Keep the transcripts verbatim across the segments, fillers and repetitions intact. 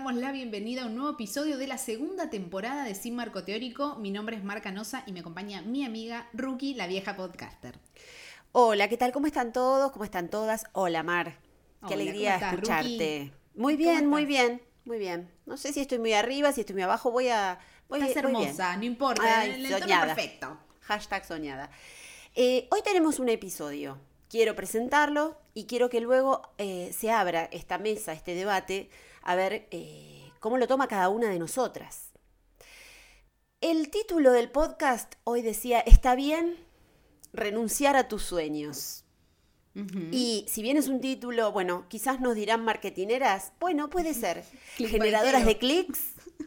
damos la bienvenida a un nuevo episodio de la segunda temporada de Sin Marco Teórico. Mi nombre es Mar Canosa y me acompaña mi amiga Ruki, la vieja podcaster. Hola, ¿qué tal? ¿Cómo están todos? ¿Cómo están todas? Hola, Mar. Qué Hola, alegría ¿cómo estás, escucharte. Ruki? Muy ¿Cómo bien, muy estás? bien, muy bien. No sé si estoy muy arriba, si estoy muy abajo. Voy a... Voy, Estás voy bien. hermosa, no importa, Ay, en el tono soñada. perfecto. Hashtag soñada. Eh, hoy tenemos un episodio. Quiero presentarlo y quiero que luego eh, se abra esta mesa, este debate, a ver eh, cómo lo toma cada una de nosotras. El título del podcast hoy decía, ¿está bien renunciar a tus sueños? Uh-huh. Y si bien es un título, bueno, quizás nos dirán marketineras, bueno, puede ser, Clickbaitero. generadoras de clics.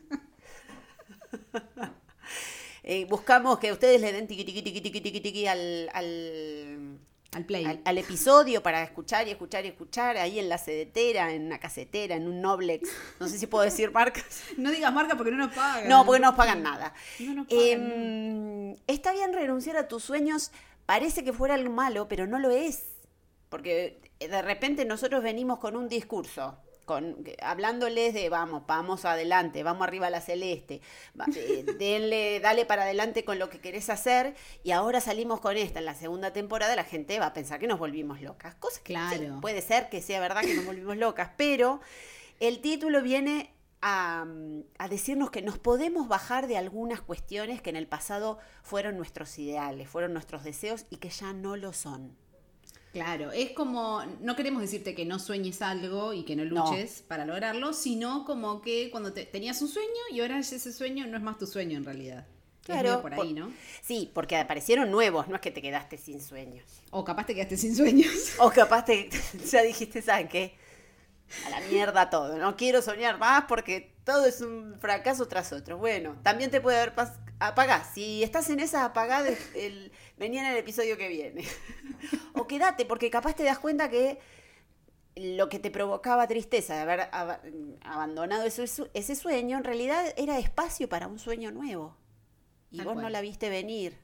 eh, buscamos que ustedes le den tiqui tiqui tiqui tiqui tiqui tiqui al, al, Al play. al, al episodio para escuchar y escuchar y escuchar ahí en la cedetera, en una casetera, en un Noblex. No sé si puedo decir marcas. No digas marca porque no nos pagan. No, porque no nos pagan nada. No nos pagan, Eh, está bien renunciar a tus sueños, parece que fuera algo malo, pero no lo es. Porque de repente nosotros venimos con un discurso, con, hablándoles de vamos, vamos adelante, vamos arriba a la celeste, va, eh, denle, dale para adelante con lo que querés hacer, y ahora salimos con esta en la segunda temporada, la gente va a pensar que nos volvimos locas. Cosa que Claro. sí, puede ser que sea verdad que nos volvimos locas, pero el título viene a, a decirnos que nos podemos bajar de algunas cuestiones que en el pasado fueron nuestros ideales, fueron nuestros deseos y que ya no lo son. Claro, es como, no queremos decirte que no sueñes algo y que no No. luches para lograrlo, sino como que cuando te, tenías un sueño y ahora ese sueño no es más tu sueño en realidad. Es medio por ahí, ¿no? Sí, porque aparecieron nuevos, no es que te quedaste sin sueños. O capaz te quedaste sin sueños. O capaz te, ya dijiste, ¿saben qué? A la mierda todo, no quiero soñar más porque todo es un fracaso tras otro. Bueno, también te puede haber pas- apagá. Si estás en esa apagada, el, el, venía en el episodio que viene. O quédate, porque capaz te das cuenta que lo que te provocaba tristeza de haber ab- abandonado ese, ese sueño, en realidad era espacio para un sueño nuevo. Y Tal vos cual. no la viste venir.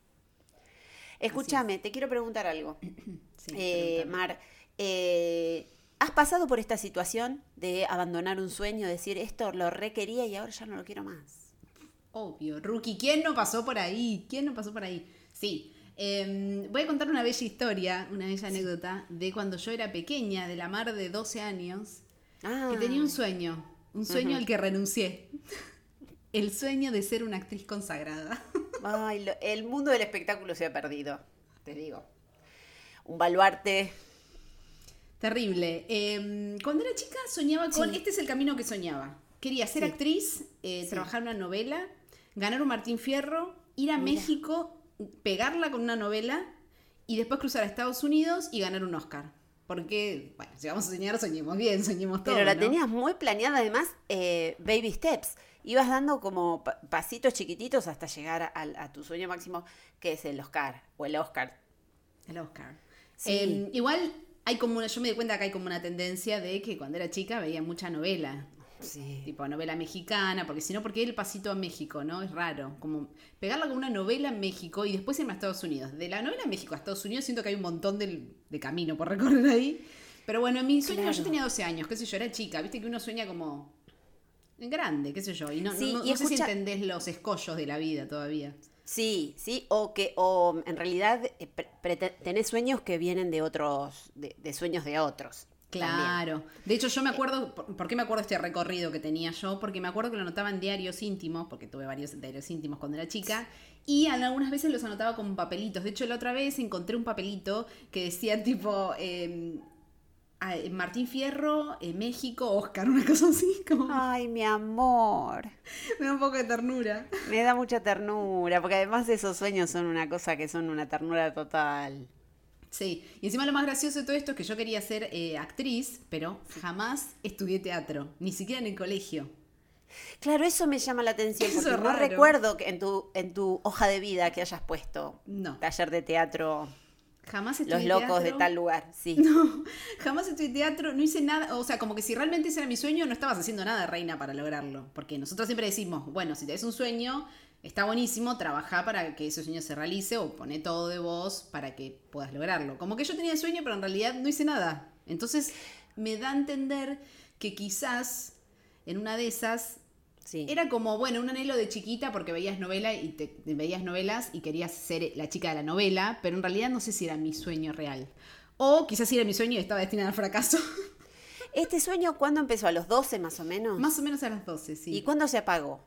Escúchame, te quiero preguntar algo. Sí, eh, pregúntame. Mar, eh, ¿has pasado por esta situación de abandonar un sueño, decir esto lo requería y ahora ya no lo quiero más? Obvio, Rookie, ¿quién no pasó por ahí? ¿Quién no pasó por ahí? Sí, eh, voy a contar una bella historia, una bella anécdota de cuando yo era pequeña, de la Mar de doce años, Ah, que tenía un sueño, un sueño Ujú. al que renuncié. El sueño de ser una actriz consagrada. ay, lo- el mundo del espectáculo se ha perdido, te digo. Un baluarte. Terrible. Eh, cuando era chica soñaba con, Sí. este es el camino que soñaba. Quería ser Sí. actriz, eh, Sí. trabajar en una novela, ganar un Martín Fierro, ir a Mira. México, pegarla con una novela y después cruzar a Estados Unidos y ganar un Oscar. Porque, bueno, si vamos a soñar, soñemos bien, soñemos todo. Pero la ¿no? tenías muy planeada, además, eh, baby steps. Ibas dando como pa- pasitos chiquititos hasta llegar a, a tu sueño máximo, que es el Oscar, o el Oscar. El Oscar. Sí. Eh, igual hay como una, yo me di cuenta que hay como una tendencia de que cuando era chica veía mucha novela. Sí. Tipo novela mexicana, porque si no, porque el pasito a México, ¿no? Es raro. Como pegarla con una novela en México y después irme a Estados Unidos. De la novela en México a Estados Unidos siento que hay un montón de, de camino por recorrer ahí. Pero bueno, mi sueño, Claro. yo tenía doce años, qué sé yo, era chica. Viste que uno sueña como en grande, qué sé yo. Y no, Sí, no, no, y no sé si escucha- entendés los escollos de la vida todavía. Sí, sí, o que, o en realidad eh, pre- prete- tenés sueños que vienen de otros, de, de sueños de otros. también. Claro. De hecho, yo me acuerdo, ¿por, por qué me acuerdo este recorrido que tenía yo? Porque me acuerdo que lo anotaba en diarios íntimos, porque tuve varios diarios íntimos cuando era chica, y en algunas veces los anotaba con papelitos. De hecho, la otra vez encontré un papelito que decía tipo eh, ah, Martín Fierro, eh, México, Oscar, una cosa así, como Ay, mi amor. me da un poco de ternura. Me da mucha ternura, porque además esos sueños son una cosa que son una ternura total. Sí, y encima lo más gracioso de todo esto es que yo quería ser eh, actriz, pero jamás estudié teatro, ni siquiera en el colegio. Claro, eso me llama la atención, Eso porque es no raro. recuerdo que en tu, en tu hoja de vida que hayas puesto No. taller de teatro, Jamás estudié los locos teatro. de tal lugar. Sí. No, jamás estudié teatro, no hice nada, o sea, como que si realmente ese era mi sueño, no estabas haciendo nada, reina, para lograrlo. Porque nosotros siempre decimos, bueno, si tenés un sueño, está buenísimo, trabajá para que ese sueño se realice o poné todo de vos para que puedas lograrlo. Como que yo tenía el sueño, pero en realidad no hice nada. Entonces, me da a entender que quizás en una de esas, Sí. era como, bueno, un anhelo de chiquita porque veías novela y te, veías novelas y querías ser la chica de la novela, pero en realidad no sé si era mi sueño real. O quizás era mi sueño y estaba destinada al fracaso. ¿Este sueño cuándo empezó? ¿A los doce más o menos? Más o menos a las doce, sí. ¿Y cuándo se apagó?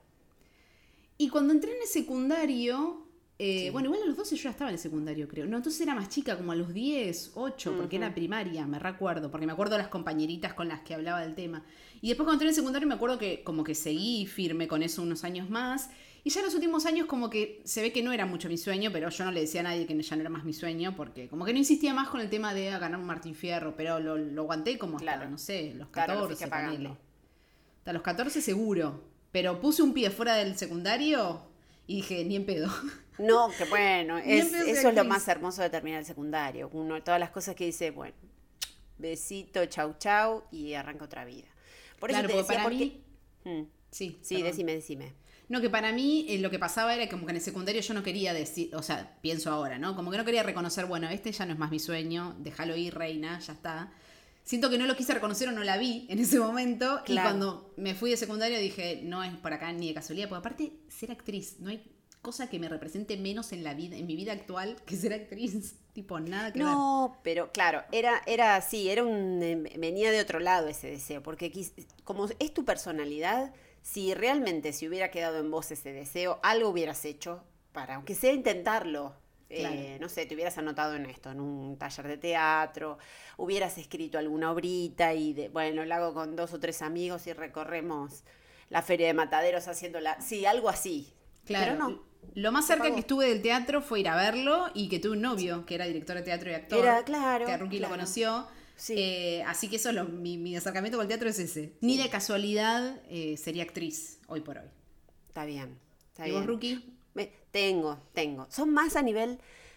Y cuando entré en el secundario, eh, Sí. bueno, igual a los doce yo ya estaba en el secundario, creo. No, entonces era más chica, como a los diez, ocho, porque Ujú. era primaria, me recuerdo, porque me acuerdo de las compañeritas con las que hablaba del tema. Y después cuando entré en el secundario me acuerdo que como que seguí firme con eso unos años más. Y ya en los últimos años como que se ve que no era mucho mi sueño, pero yo no le decía a nadie que ya no era más mi sueño, porque como que no insistía más con el tema de ah, ganar un Martín Fierro, pero lo, lo aguanté como hasta, Claro. no sé, los Claro, lo catorce, fuiste apagando. ponele. Hasta los catorce seguro. Pero puse un pie fuera del secundario y dije, ni en pedo. No, que bueno, Ni es, empecé eso es lo actriz. más hermoso de terminar el secundario. Uno, todas las cosas que dice, bueno, besito, chau, chau, y arranca otra vida. Por Claro, eso te porque decía, para porque... mí- Mm, Sí, sí, perdón. decime, decime. No, que para mí eh, lo que pasaba era como que en el secundario yo no quería decir, o sea, pienso ahora, ¿no? Como que no quería reconocer, bueno, este ya no es más mi sueño, déjalo ir, reina, ya está. Siento que no lo quise reconocer o no la vi en ese momento. Y Claro. cuando me fui de secundario dije, no es por acá ni de casualidad, porque aparte, ser actriz, no hay cosa que me represente menos en la vida, en mi vida actual, que ser actriz. Tipo, nada que ver. No, pero claro, era, era así, era un, eh, venía de otro lado ese deseo, porque quis- como es tu personalidad, si realmente se hubiera quedado en vos ese deseo, algo hubieras hecho para, aunque sea intentarlo. Eh, Claro. no sé, te hubieras anotado en esto, en un taller de teatro, hubieras escrito alguna obrita y, de, bueno, lo hago con dos o tres amigos y recorremos la feria de Mataderos haciéndola, sí, algo así. Claro, Pero no. lo más se cerca apagó. que estuve del teatro fue ir a verlo y que tuve un novio que era director de teatro y actor. Era, claro, Que a Ruki claro. lo conoció. Sí. Eh, así que eso es lo, mi, mi acercamiento con el teatro es ese. Ni de casualidad eh, sería actriz hoy por hoy. Está bien, está ¿Y bien. vos, Ruki? Me- Tengo, tengo. Son más a nivel,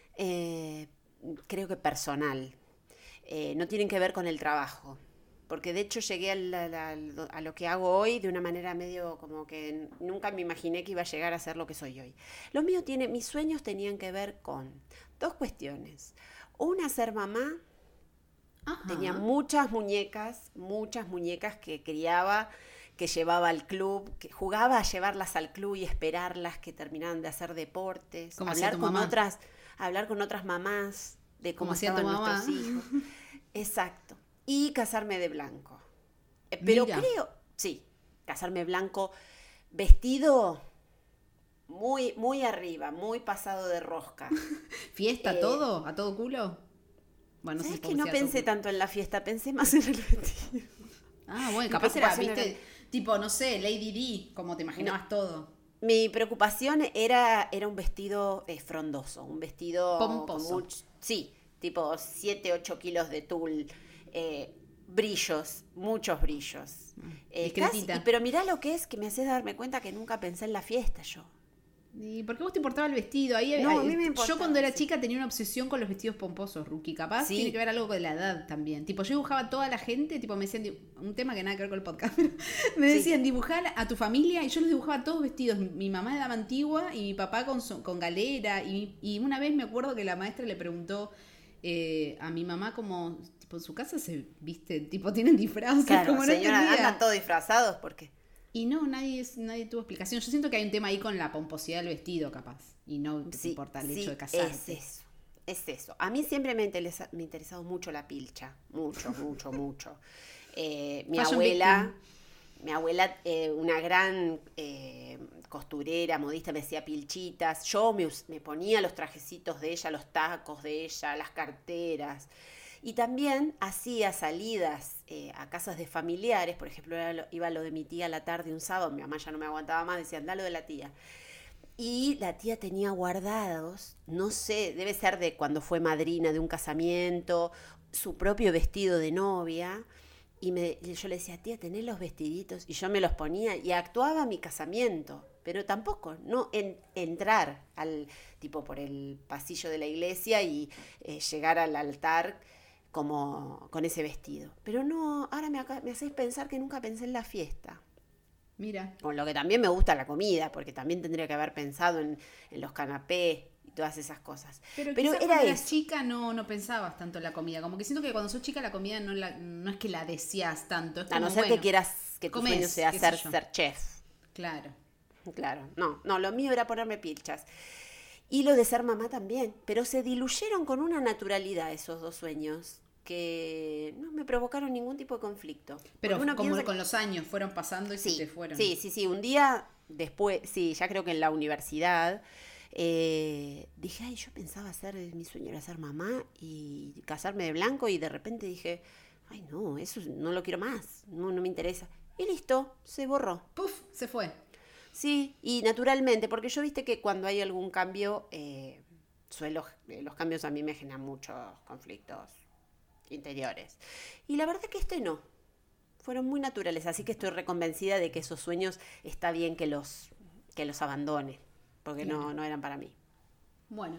eh, creo que personal. Eh, no tienen que ver con el trabajo. Porque de hecho llegué a, la- la- a lo que hago hoy de una manera medio como que nunca me imaginé que iba a llegar a ser lo que soy hoy. Lo mío tiene, mis sueños tenían que ver con dos cuestiones. Una, ser mamá. Ajá. Tenía muchas muñecas, muchas muñecas que criaba, que llevaba al club, que jugaba a llevarlas al club y esperarlas que terminaran de hacer deportes, Como hacía hablar tu con mamá. otras, hablar con otras mamás de cómo Como hacía tu estaban mamá. nuestros hijos. Exacto. Y casarme de blanco. Eh, Pero Mira. creo, sí, casarme blanco, vestido muy, muy arriba, muy pasado de rosca. ¿Fiesta Eh, todo? ¿A todo culo? Bueno, ¿Sabes sé que cómo no sea a todo pensé culo. tanto en la fiesta? Pensé más en el vestido. Ah, bueno, Mi capaz era, preocupación viste, era- tipo, no sé, Lady D, como te imaginabas todo. Mi preocupación era, era un vestido eh, frondoso, un vestido Pomposo. con much- sí, tipo siete, ocho kilos de tul, eh, brillos, muchos brillos. Eh, casi- discretita. y- pero mirá lo que es que me hace darme cuenta que nunca pensé en la fiesta yo. ¿Y por qué vos te importaba el vestido? Ahí, No, ahí- a mí me yo importaba, cuando era sí. chica tenía una obsesión con los vestidos pomposos, Rookie. Capaz Sí. tiene que ver algo con la edad también. Tipo, yo dibujaba a toda la gente, tipo, me decían, di- un tema que nada que ver con el podcast, pero me Sí. decían dibujar a tu familia y yo los dibujaba todos vestidos. Mi mamá de dama antigua y mi papá con, su- con galera. Y, y una vez me acuerdo que la maestra le preguntó eh, a mi mamá como, tipo, en su casa se viste, tipo, tienen disfraces, Claro, como no señora, entendía. andan todos disfrazados porque... Y no, nadie, es- nadie tuvo explicación. Yo siento que hay un tema ahí con la pomposidad del vestido, capaz. Y no te Sí, importa el sí, hecho de casarte. es eso, es eso. A mí siempre me ha, interesa- me ha interesado mucho la pilcha, mucho, mucho, mucho. Eh, mi Fashion abuela, mi abuela, eh, una gran eh, costurera, modista, me hacía pilchitas. Yo me, us- me ponía los trajecitos de ella, los tacos de ella, las carteras. Y también hacía salidas eh, a casas de familiares, por ejemplo, era lo- iba a lo de mi tía a la tarde un sábado, mi mamá ya no me aguantaba más, decía, anda lo de la tía. Y la tía tenía guardados, no sé, debe ser de cuando fue madrina de un casamiento, su propio vestido de novia. Y me, yo le decía, tía, ¿tenés los vestiditos? Y yo me los ponía y actuaba mi casamiento. Pero tampoco, no en, entrar al tipo por el pasillo de la iglesia y eh, llegar al altar como con ese vestido. Pero no, ahora me, acá- me hacéis pensar que nunca pensé en la fiesta. Mira. Con lo que también me gusta la comida, porque también tendría que haber pensado en, en los canapés y todas esas cosas. Pero, Pero quizás era cuando eso. eras chica no, no pensabas tanto en la comida. Como que siento que cuando sos chica la comida no, la, no es que la deseas tanto. Es A no como, ser bueno, que quieras, que tu comés, sueño sea qué ser, sé yo. ser chef. Claro. Claro, no, no, lo mío era ponerme pilchas. Y lo de ser mamá también. Pero se diluyeron con una naturalidad esos dos sueños que no me provocaron ningún tipo de conflicto. Pero Porque uno como piensa con los años fueron pasando y Sí, se te fueron. sí, sí, sí. Un día después, sí, ya creo que en la universidad, eh, dije, ay, yo pensaba ser, mi sueño era ser mamá y casarme de blanco y de repente dije, ay, no, eso no lo quiero más, no, no me interesa. Y listo, se borró. Puf, se fue. Sí, y naturalmente, porque yo viste que cuando hay algún cambio, eh, suelo, eh, los cambios a mí me generan muchos conflictos interiores. Y la verdad que este no. Fueron muy naturales, así que estoy reconvencida de que esos sueños está bien que los, que los abandone, porque Claro. no, no eran para mí. Bueno,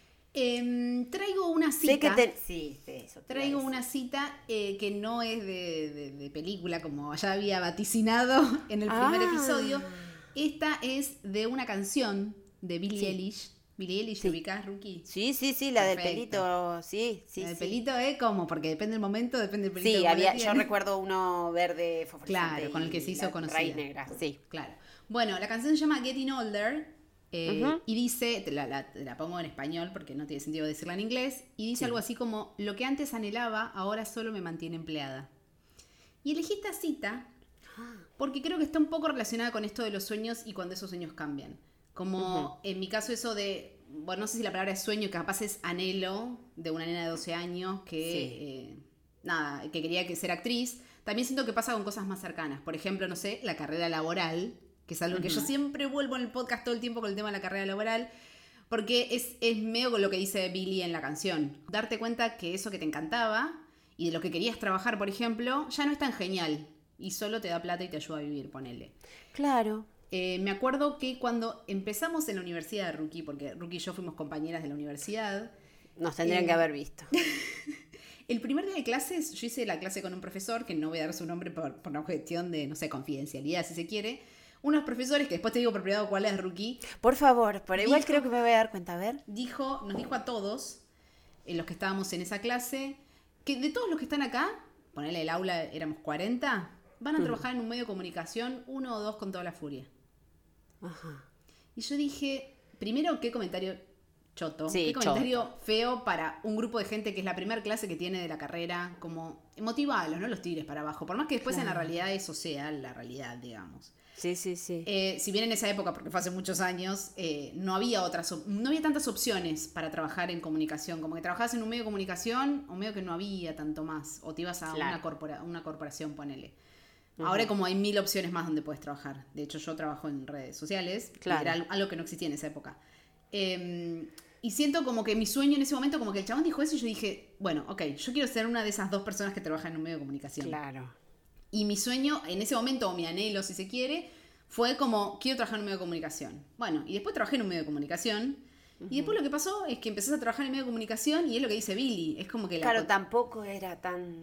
em, traigo una cita. Sé que te... Sí, sí, eso te Traigo iba a decir. una cita eh, que no es de, de- de película, como ya había vaticinado en el primer Ah. episodio. Esta es de una canción de Billie Sí. Eilish. Billie Eilish, Sí. ¿te ubicás, Rookie? Sí, sí, sí, la del Perfecto. pelito, sí, sí, La del sí. pelito, ¿eh? ¿Cómo? Porque depende del momento, depende del pelito. Sí, cómo había, lo yo tiene. recuerdo uno verde fosforescente. Claro, con el que se y hizo la conocida. raíz negra, sí. Claro. Bueno, la canción se llama Getting Older eh, Ujú. y dice, te la, la- te la pongo en español porque no tiene sentido decirla en inglés, y dice Sí. algo así como, lo que antes anhelaba ahora solo me mantiene empleada. Y elegí esta cita porque creo que está un poco relacionada con esto de los sueños y cuando esos sueños cambian. Como Ujú. en mi caso eso de, bueno, no sé si la palabra es sueño, que capaz es anhelo de una nena de doce años que, Sí. eh, nada, que quería que ser actriz. También siento que pasa con cosas más cercanas. Por ejemplo, no sé, la carrera laboral, que es algo que yo Ujú. siempre vuelvo en el podcast todo el tiempo con el tema de la carrera laboral, porque es, es medio con lo que dice Billie en la canción. Darte cuenta que eso que te encantaba y de lo que querías trabajar, por ejemplo, ya no es tan genial y solo te da plata y te ayuda a vivir, ponele. Claro. Eh, me acuerdo que cuando empezamos en la universidad, Rookie, porque Rookie y yo fuimos compañeras de la universidad, Nos tendrían Eh, que haber visto. el primer día de clases, yo hice la clase con un profesor, que no voy a dar su nombre por, por una cuestión de, no sé, confidencialidad, si se quiere. Unos profesores, que después te digo por privado cuál es, Rookie, Por favor, por igual Dijo- creo que me voy a dar cuenta. A ver. dijo, nos dijo a todos, en los que estábamos en esa clase, que de todos los que están acá, ponele el aula, éramos cuarenta, van a trabajar en un medio de comunicación, uno o dos con toda la furia. Ajá. Y yo dije, primero, qué comentario choto, Sí, qué comentario feo para un grupo de gente que es la primera clase que tiene de la carrera, como motivalos, no los tires para abajo, por más que después en la Claro. realidad eso sea la realidad, digamos. Sí, sí, sí. Eh, si bien en esa época, porque fue hace muchos años, eh, no había otras, op- no había tantas opciones para trabajar en comunicación, como que trabajabas en un medio de comunicación, o medio que no había tanto más, o te ibas a Claro. una, corpora- una corporación, ponele. Ahora como hay mil opciones más donde puedes trabajar. De hecho, yo trabajo en redes sociales, Claro. y era al- algo que no existía en esa época. Eh, y siento como que mi sueño en ese momento, como que el chabón dijo eso y yo dije, bueno, ok, yo quiero ser una de esas dos personas que trabajan en un medio de comunicación. Claro. Y mi sueño, en ese momento, o mi anhelo, si se quiere, fue como, quiero trabajar en un medio de comunicación. Bueno, y después trabajé en un medio de comunicación. Y después lo que pasó es que empezás a trabajar en el medio de comunicación y es lo que dice Billy. Es como que la... Claro, co- tampoco era tan...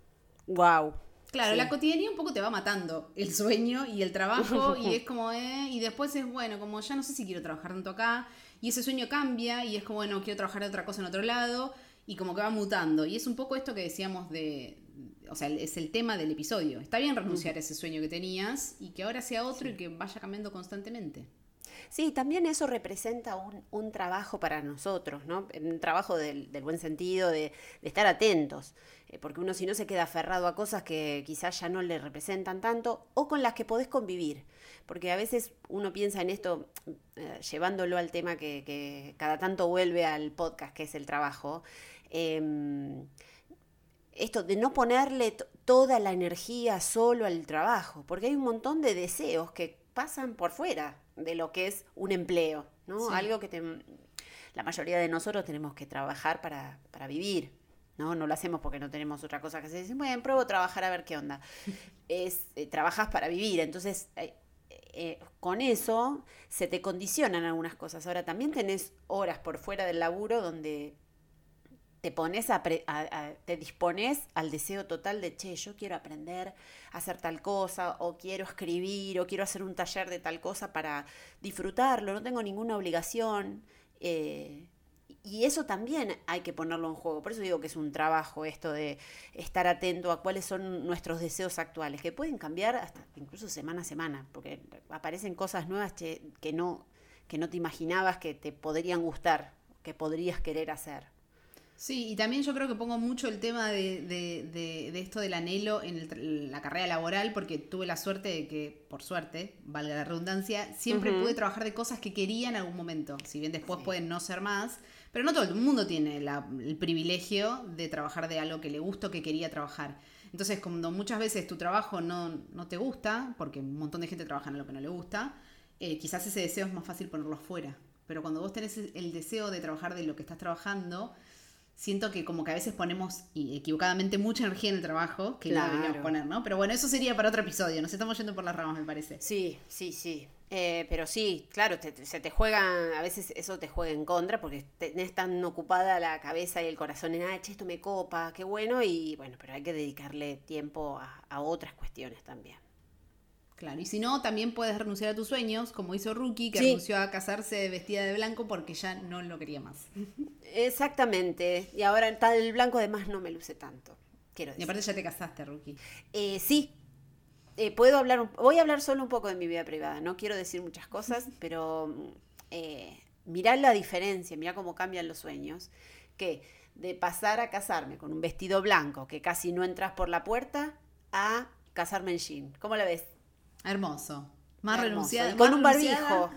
Wow. Claro, Sí. la cotidianidad un poco te va matando el sueño y el trabajo y es como, eh, y después es bueno, como ya no sé si quiero trabajar tanto acá y ese sueño cambia y es como, bueno, quiero trabajar de otra cosa en otro lado y como que va mutando y es un poco esto que decíamos de, o sea, es el tema del episodio. Está bien renunciar a ese sueño que tenías y que ahora sea otro y que vaya cambiando constantemente. Sí, también eso representa un, un trabajo para nosotros, ¿no? Un trabajo del, del buen sentido, de, de estar atentos, eh, porque uno si no se queda aferrado a cosas que quizás ya no le representan tanto o con las que podés convivir, porque a veces uno piensa en esto, eh, llevándolo al tema que, que cada tanto vuelve al podcast, que es el trabajo, eh, esto de no ponerle t- toda la energía solo al trabajo, porque hay un montón de deseos que pasan por fuera de lo que es un empleo, ¿no? Sí. Algo que te- la mayoría de nosotros tenemos que trabajar para, para vivir, ¿no? No lo hacemos porque no tenemos otra cosa que hacer. Dicen, bueno, pruebo trabajar a ver qué onda. Es, eh, trabajas para vivir, entonces eh, eh, con eso se te condicionan algunas cosas. Ahora también tenés horas por fuera del laburo donde te pones a, pre- a- a- te dispones al deseo total de, che, yo quiero aprender a hacer tal cosa, o quiero escribir, o quiero hacer un taller de tal cosa para disfrutarlo, no tengo ninguna obligación. Eh, y eso también hay que ponerlo en juego. Por eso digo que es un trabajo esto de estar atento a cuáles son nuestros deseos actuales, que pueden cambiar hasta incluso semana a semana, porque aparecen cosas nuevas que, que, no, que no te imaginabas que te podrían gustar, que podrías querer hacer. Sí, y también yo creo que pongo mucho el tema de, de, de, de esto del anhelo en el, la carrera laboral, porque tuve la suerte de que, por suerte, valga la redundancia, siempre uh-huh. pude trabajar de cosas que quería en algún momento, si bien después sí. pueden no ser más, pero no todo el mundo tiene la, el privilegio de trabajar de algo que le gusta o que quería trabajar. Entonces, cuando muchas veces tu trabajo no, no te gusta, porque un montón de gente trabaja en lo que no le gusta, eh, quizás ese deseo es más fácil ponerlo afuera. Pero cuando vos tenés el deseo de trabajar de lo que estás trabajando, siento que como que a veces ponemos y equivocadamente mucha energía en el trabajo que claro. no deberíamos poner, ¿no? Pero bueno, eso sería para otro episodio. Nos estamos yendo por las ramas, me parece. Sí, sí, sí. Eh, pero sí, claro, te, te, se te juega, a veces eso te juega en contra porque tenés tan ocupada la cabeza y el corazón en, ah, che, esto me copa, qué bueno, y bueno, pero hay que dedicarle tiempo a, a otras cuestiones también. Claro, y si no, también puedes renunciar a tus sueños, como hizo Rookie, que sí. renunció a casarse vestida de blanco porque ya no lo quería más. Exactamente, y ahora tal el blanco además no me luce tanto, quiero decir. Y aparte ya te casaste, Rookie. Eh, sí. Eh, puedo hablar, un, voy a hablar solo un poco de mi vida privada, no quiero decir muchas cosas, pero eh, mirá la diferencia, mirá cómo cambian los sueños, que de pasar a casarme con un vestido blanco, que casi no entras por la puerta, a casarme en jean. ¿Cómo la ves? Hermoso. Más Hermoso. renunciada. Y con más un renunciada. barbijo.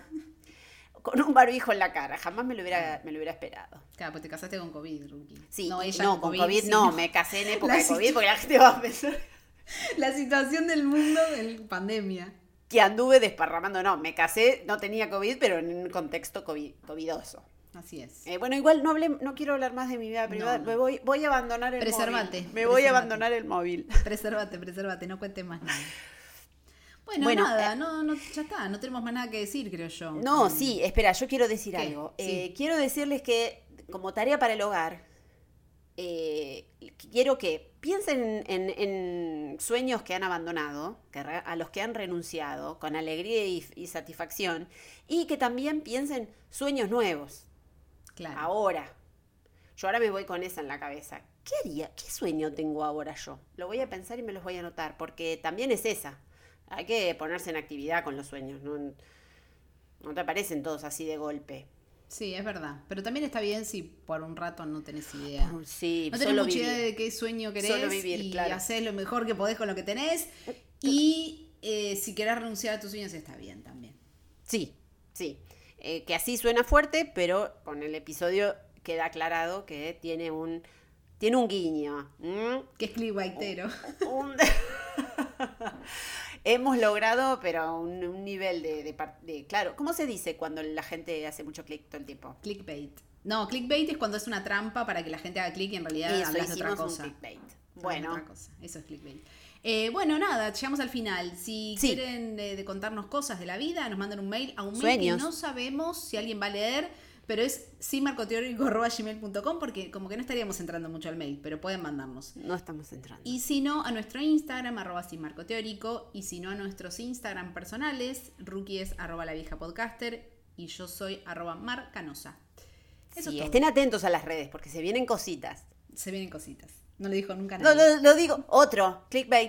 Con un barbijo en la cara, jamás me lo hubiera, me lo hubiera esperado. Claro, pues te casaste con COVID, Rookie. Sí, no, ella no con COVID, COVID sí, no, no, me casé en época la de COVID situ- porque la gente va a pensar... La situación del mundo en pandemia. Que anduve desparramando, no, me casé, no tenía COVID, pero en un contexto COVID, covidoso. Así es. Eh, bueno, igual no hablé, no quiero hablar más de mi vida privada, No, no. me voy, voy a abandonar el Preservate, móvil. Me voy preservate. a abandonar el móvil. Presérvate, presérvate, no cuentes más nada. Bueno, Bueno, nada, eh, no, no, ya está, no tenemos más nada que decir, creo yo. No, Mm. sí, espera, yo quiero decir ¿Qué? algo. Sí. Eh, quiero decirles que como tarea para el hogar, eh, quiero que piensen en, en sueños que han abandonado, que re- a los que han renunciado, con alegría y, y satisfacción, y que también piensen sueños nuevos, Claro. ahora. Yo ahora me voy con esa en la cabeza. ¿Qué haría? ¿Qué sueño tengo ahora yo? Lo voy a pensar y me los voy a anotar, porque también es esa. Hay que ponerse en actividad con los sueños, no, no te aparecen todos así de golpe. Sí, es verdad. Pero también está bien si por un rato no tenés idea. Por- sí, No tenés solo mucha vivir. idea de qué sueño querés Solo vivir, y claro. hacés lo mejor que podés con lo que tenés. Y eh, si querés renunciar a tus sueños está bien también. Sí, sí. Eh, que así suena fuerte, pero con el episodio queda aclarado que tiene un, tiene un guiño. ¿Mm? Que es clickbaitero. Un- Hemos logrado, pero un, un nivel de, de, par- de... Claro, ¿cómo se dice cuando la gente hace mucho clic todo el tiempo? Clickbait. No, clickbait es cuando es una trampa para que la gente haga clic y en realidad Eso, hablas de otra hicimos un cosa. clickbait. Hablas de Bueno, otra cosa. Eso es clickbait. Eh, bueno, nada, llegamos al final. Si Sí. quieren eh, de contarnos cosas de la vida, nos mandan un mail a un mail Sueños. que no sabemos si alguien va a leer, pero es simarcoteórico arroba gmail punto com porque como que no estaríamos entrando mucho al mail, pero pueden mandarnos. no estamos entrando. Y si no, a nuestro Instagram, arroba simarcoteórico, y si no, a nuestros Instagram personales, Rookie es arroba la vieja podcaster, y yo soy arroba marcanosa. Eso Sí, es todo. estén atentos a las redes, porque se vienen cositas. Se vienen cositas. No le dijo nunca a No, nadie. lo, lo digo, otro, clickbait.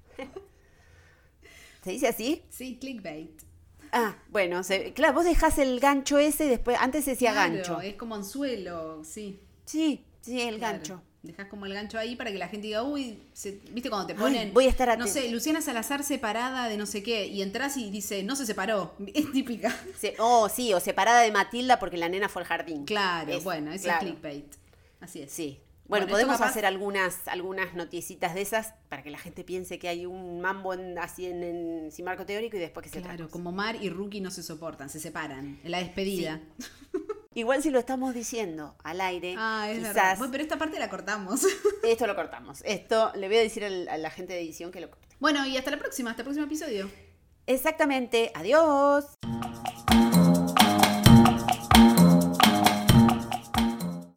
¿Se dice así? Sí, clickbait. Ah, bueno, se- claro, vos dejás el gancho ese y después, antes se decía Claro, gancho. es como anzuelo, sí. Sí, sí, el Claro. gancho. Dejás como el gancho ahí para que la gente diga, uy, se- viste cuando te Ay, ponen, voy a estar no atenta. sé, Luciana Salazar separada de no sé qué, y entras y dice, no se separó, es típica. Se- oh, sí, o separada de Matilda porque la nena fue al jardín. Claro, Es- bueno, eso claro. es clickbait. Así es. Sí. Bueno, Bueno, podemos esto capaz- hacer algunas, algunas notiecitas de esas para que la gente piense que hay un mambo en- así en, en sin marco teórico y después que se Claro, otra cosa. como Mar y Rookie no se soportan, se separan. En la despedida. Igual si lo estamos diciendo al aire, Ah, es verdad. quizás Bueno, pero esta parte la cortamos. esto lo cortamos. Esto le voy a decir al- a la gente de edición que lo corte. Bueno, y hasta la próxima, hasta el próximo episodio. Exactamente. Adiós.